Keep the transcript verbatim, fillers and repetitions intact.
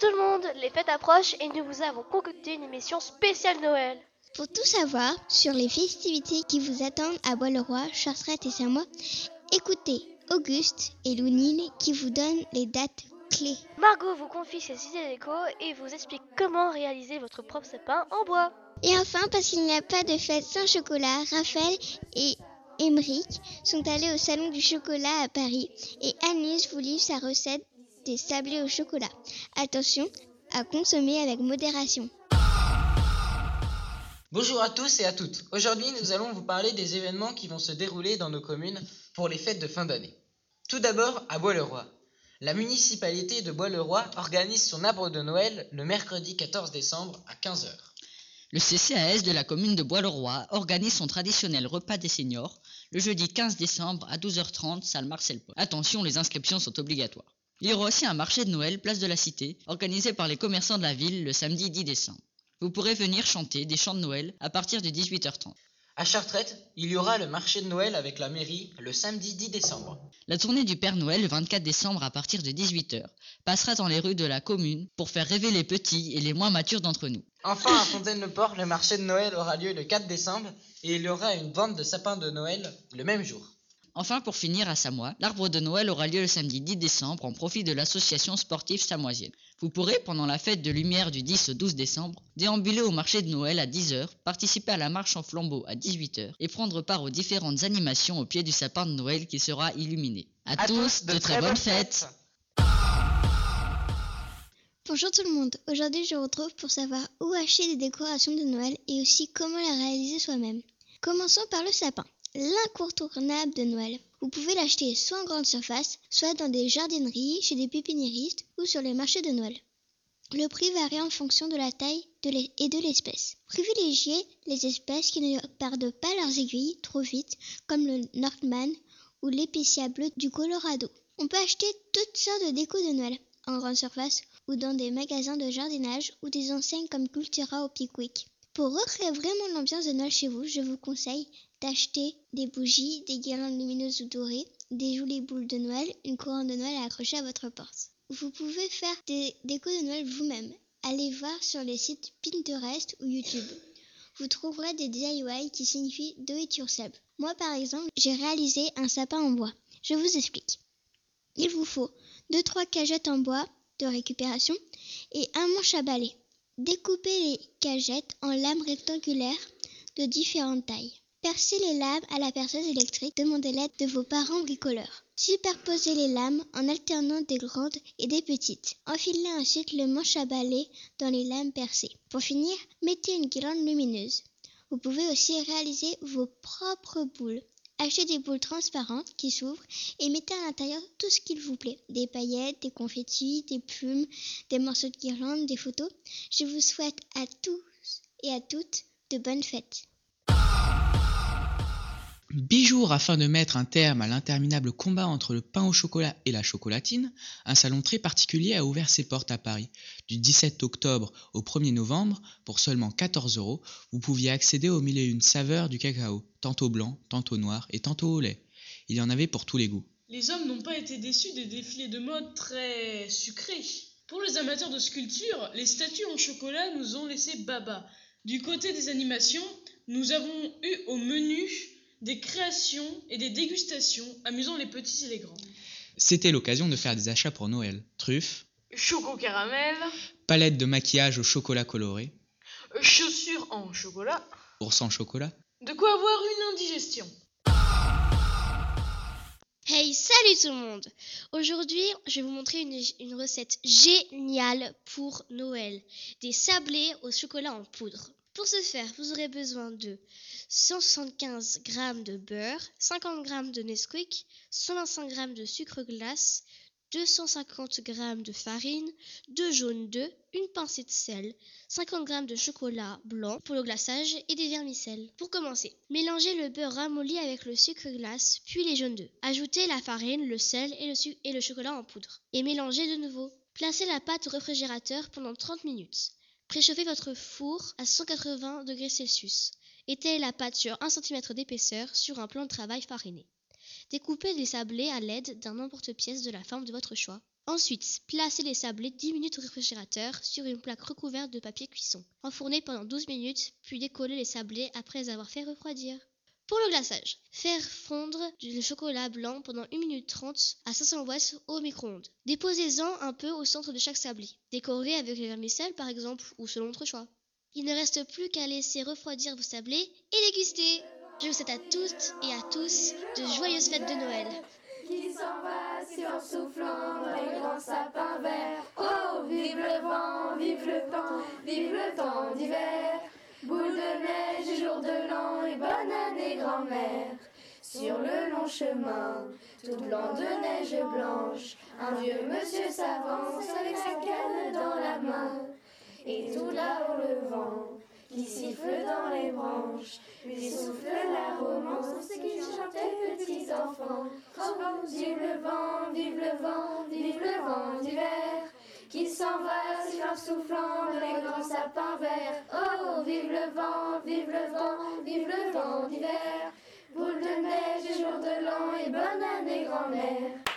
tout le monde, les fêtes approchent et nous vous avons concocté une émission spéciale Noël. Pour tout savoir sur les festivités qui vous attendent à Bois-le-Roi, Chartrette et Saint-Mois, écoutez Auguste et Lounil qui vous donnent les dates clés. Margot vous confie ses idées déco et vous explique comment réaliser votre propre sapin en bois. Et enfin, parce qu'il n'y a pas de fête sans chocolat, Raphaël et Émeric sont allés au Salon du Chocolat à Paris et Agnès vous livre sa recette des sablés au chocolat. Attention à consommer avec modération. Bonjour à tous et à toutes. Aujourd'hui, nous allons vous parler des événements qui vont se dérouler dans nos communes pour les fêtes de fin d'année. Tout d'abord, à Bois-le-Roi. La municipalité de Bois-le-Roi organise son arbre de Noël le mercredi quatorze décembre à quinze heures. Le C C A S de la commune de Bois-le-Roi organise son traditionnel repas des seniors le jeudi quinze décembre à douze heures trente, salle Marcel Paul. Attention, les inscriptions sont obligatoires. Il y aura aussi un marché de Noël, place de la Cité, organisé par les commerçants de la ville le samedi dix décembre. Vous pourrez venir chanter des chants de Noël à partir de dix-huit heures trente. À Chartrette, il y aura le marché de Noël avec la mairie le samedi dix décembre. La tournée du Père Noël le vingt-quatre décembre à partir de dix-huit heures passera dans les rues de la commune pour faire rêver les petits et les moins matures d'entre nous. Enfin, à Fontaine-le-Port, le marché de Noël aura lieu le quatre décembre et il y aura une vente de sapins de Noël le même jour. Enfin, pour finir à Samois, l'arbre de Noël aura lieu le samedi dix décembre en profit de l'association sportive samoisienne. Vous pourrez, pendant la fête de lumière du dix au douze décembre, déambuler au marché de Noël à dix heures, participer à la marche en flambeau à dix-huit heures et prendre part aux différentes animations au pied du sapin de Noël qui sera illuminé. À, à tous, de, de très, très bonnes fêtes, fêtes. Bonjour tout le monde, aujourd'hui je vous retrouve pour savoir où acheter des décorations de Noël et aussi comment les réaliser soi-même. Commençons par le sapin. L'incontournable de Noël. Vous pouvez l'acheter soit en grande surface, soit dans des jardineries, chez des pépiniéristes ou sur les marchés de Noël. Le prix varie en fonction de la taille de et de l'espèce. Privilégiez les espèces qui ne perdent pas leurs aiguilles trop vite, comme le Northman ou l'épicéa bleu du Colorado. On peut acheter toutes sortes de décos de Noël, en grande surface ou dans des magasins de jardinage ou des enseignes comme Cultura ou Pickwick. Pour recréer vraiment l'ambiance de Noël chez vous, je vous conseille d'acheter des bougies, des guirlandes lumineuses ou dorées, des jolies boules de Noël, une couronne de Noël à accrocher à votre porte. Vous pouvez faire des décos de Noël vous-même. Allez voir sur les sites Pinterest ou YouTube. Vous trouverez des D I Y qui signifient Do It Yourself. Moi par exemple, j'ai réalisé un sapin en bois. Je vous explique. Il vous faut deux trois cagettes en bois de récupération et un manche à balai. Découpez les cagettes en lames rectangulaires de différentes tailles. Percez les lames à la perceuse électrique, demandez l'aide de vos parents bricoleurs. Superposez les lames en alternant des grandes et des petites. Enfilez ensuite le manche à balai dans les lames percées. Pour finir, mettez une guirlande lumineuse. Vous pouvez aussi réaliser vos propres boules. Achetez des boules transparentes qui s'ouvrent et mettez à l'intérieur tout ce qu'il vous plaît. Des paillettes, des confettis, des plumes, des morceaux de guirlande, des photos. Je vous souhaite à tous et à toutes de bonnes fêtes. Bijour afin de mettre un terme à l'interminable combat entre le pain au chocolat et la chocolatine, un salon très particulier a ouvert ses portes à Paris. Du dix-sept octobre au premier novembre, pour seulement quatorze euros, vous pouviez accéder aux mille et une saveurs du cacao, tantôt blanc, tantôt noir et tantôt au lait. Il y en avait pour tous les goûts. Les hommes n'ont pas été déçus des défilés de mode très sucrés. Pour les amateurs de sculpture, les statues en chocolat nous ont laissé baba. Du côté des animations, nous avons eu au menu des créations et des dégustations amusant les petits et les grands. C'était l'occasion de faire des achats pour Noël. Truffes, choco caramel, palettes de maquillage au chocolat coloré, chaussures en chocolat, ours en chocolat. De quoi avoir une indigestion. Hey, salut tout le monde! Aujourd'hui, je vais vous montrer une, une recette géniale pour Noël. Des sablés au chocolat en poudre. Pour ce faire, vous aurez besoin de cent soixante-quinze grammes de beurre, cinquante grammes de Nesquik, cent vingt-cinq grammes de sucre glace, deux cent cinquante grammes de farine, deux jaunes d'œufs, une pincée de sel, cinquante grammes de chocolat blanc pour le glaçage et des vermicelles. Pour commencer, mélangez le beurre ramolli avec le sucre glace, puis les jaunes d'œufs. Ajoutez la farine, le sel et le, su- et le chocolat en poudre. Et mélangez de nouveau. Placez la pâte au réfrigérateur pendant trente minutes. Préchauffez votre four à cent quatre-vingts degrés Celsius. Étalez la pâte sur un centimètre d'épaisseur sur un plan de travail fariné. Découpez les sablés à l'aide d'un emporte-pièce de la forme de votre choix. Ensuite, placez les sablés dix minutes au réfrigérateur sur une plaque recouverte de papier cuisson. Enfournez pendant douze minutes, puis décollez les sablés après les avoir fait refroidir. Pour le glaçage, faire fondre le chocolat blanc pendant une minute trente à cinq cents watts au micro-ondes. Déposez-en un peu au centre de chaque sablé. Décorez avec le vermicelle par exemple ou selon votre choix. Il ne reste plus qu'à laisser refroidir vos sablés et déguster. Je vous souhaite à toutes et à tous de joyeuses fêtes de Noël. Qui s'en va sur soufflant dans les grands sapins verts. Oh, vive le vent, vive le temps, vive le temps d'hiver. Boule de neige et jour de l'an et bonne année grand-mère. Sur le long chemin, tout blanc de neige blanche, un vieux monsieur s'avance avec sa canne dans la main. Et tout là-haut le vent qui siffle dans les branches, lui souffle la romance qu'ils chantaient petits enfants. Oh, vive le vent, vive le vent, vive le vent d'hiver, qui s'en va sifflant soufflant dans les grands sapins verts. Oh, vive le vent, vive le vent, vive le vent d'hiver, boule de neige et jour de l'an et bonne année grand-mère.